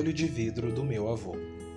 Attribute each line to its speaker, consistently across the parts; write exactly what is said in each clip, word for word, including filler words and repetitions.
Speaker 1: olho de vidro do meu avô.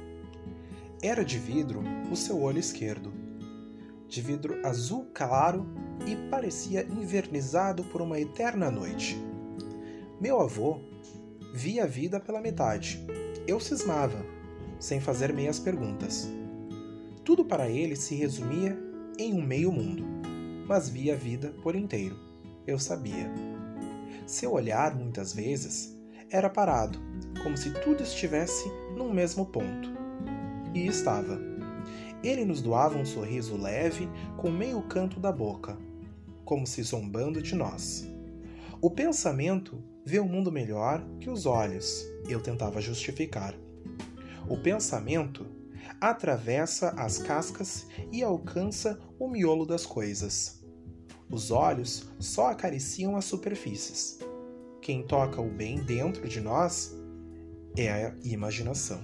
Speaker 1: Era de vidro o seu olho esquerdo, de vidro azul claro e parecia invernizado por uma eterna noite. Meu avô via a vida pela metade. Eu cismava, sem fazer meias perguntas. Tudo para ele se resumia em um meio mundo, mas via a vida por inteiro. Eu sabia. Seu olhar, muitas vezes, era parado, como se tudo estivesse num mesmo ponto. E estava. Ele nos doava um sorriso leve com meio canto da boca, como se zombando de nós. O pensamento vê o mundo melhor que os olhos, eu tentava justificar. O pensamento atravessa as cascas e alcança o miolo das coisas. Os olhos só acariciam as superfícies. Quem toca o bem dentro de nós é a imaginação.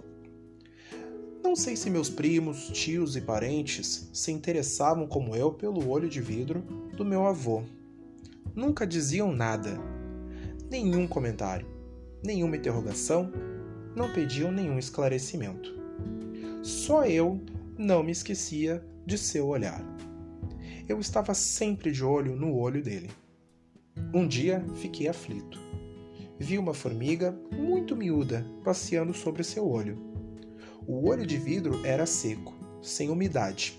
Speaker 1: Não sei se meus primos, tios e parentes se interessavam como eu pelo olho de vidro do meu avô. Nunca diziam nada, nenhum comentário, nenhuma interrogação, não pediam nenhum esclarecimento. Só eu não me esquecia de seu olhar. Eu estava sempre de olho no olho dele. Um dia fiquei aflito. Vi uma formiga muito miúda passeando sobre seu olho. O olho de vidro era seco, sem umidade.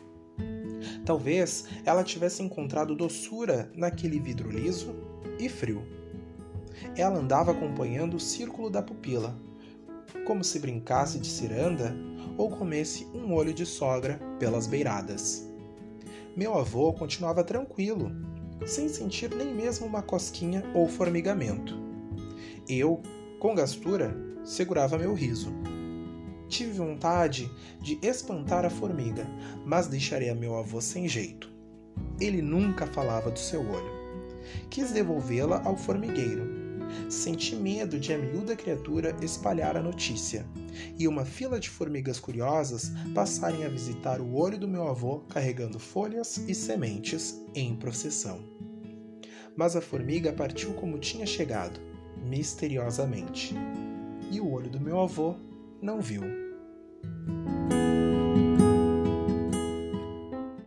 Speaker 1: Talvez ela tivesse encontrado doçura naquele vidro liso e frio. Ela andava acompanhando o círculo da pupila, como se brincasse de ciranda ou comesse um olho de sogra pelas beiradas. Meu avô continuava tranquilo, sem sentir nem mesmo uma cosquinha ou formigamento. Eu, com gastura, segurava meu riso. Tive vontade de espantar a formiga, mas deixaria meu avô sem jeito. Ele nunca falava do seu olho. Quis devolvê-la ao formigueiro. Senti medo de a miúda criatura espalhar a notícia, e uma fila de formigas curiosas passarem a visitar o olho do meu avô carregando folhas e sementes em procissão. Mas a formiga partiu como tinha chegado, misteriosamente, e o olho do meu avô não viu.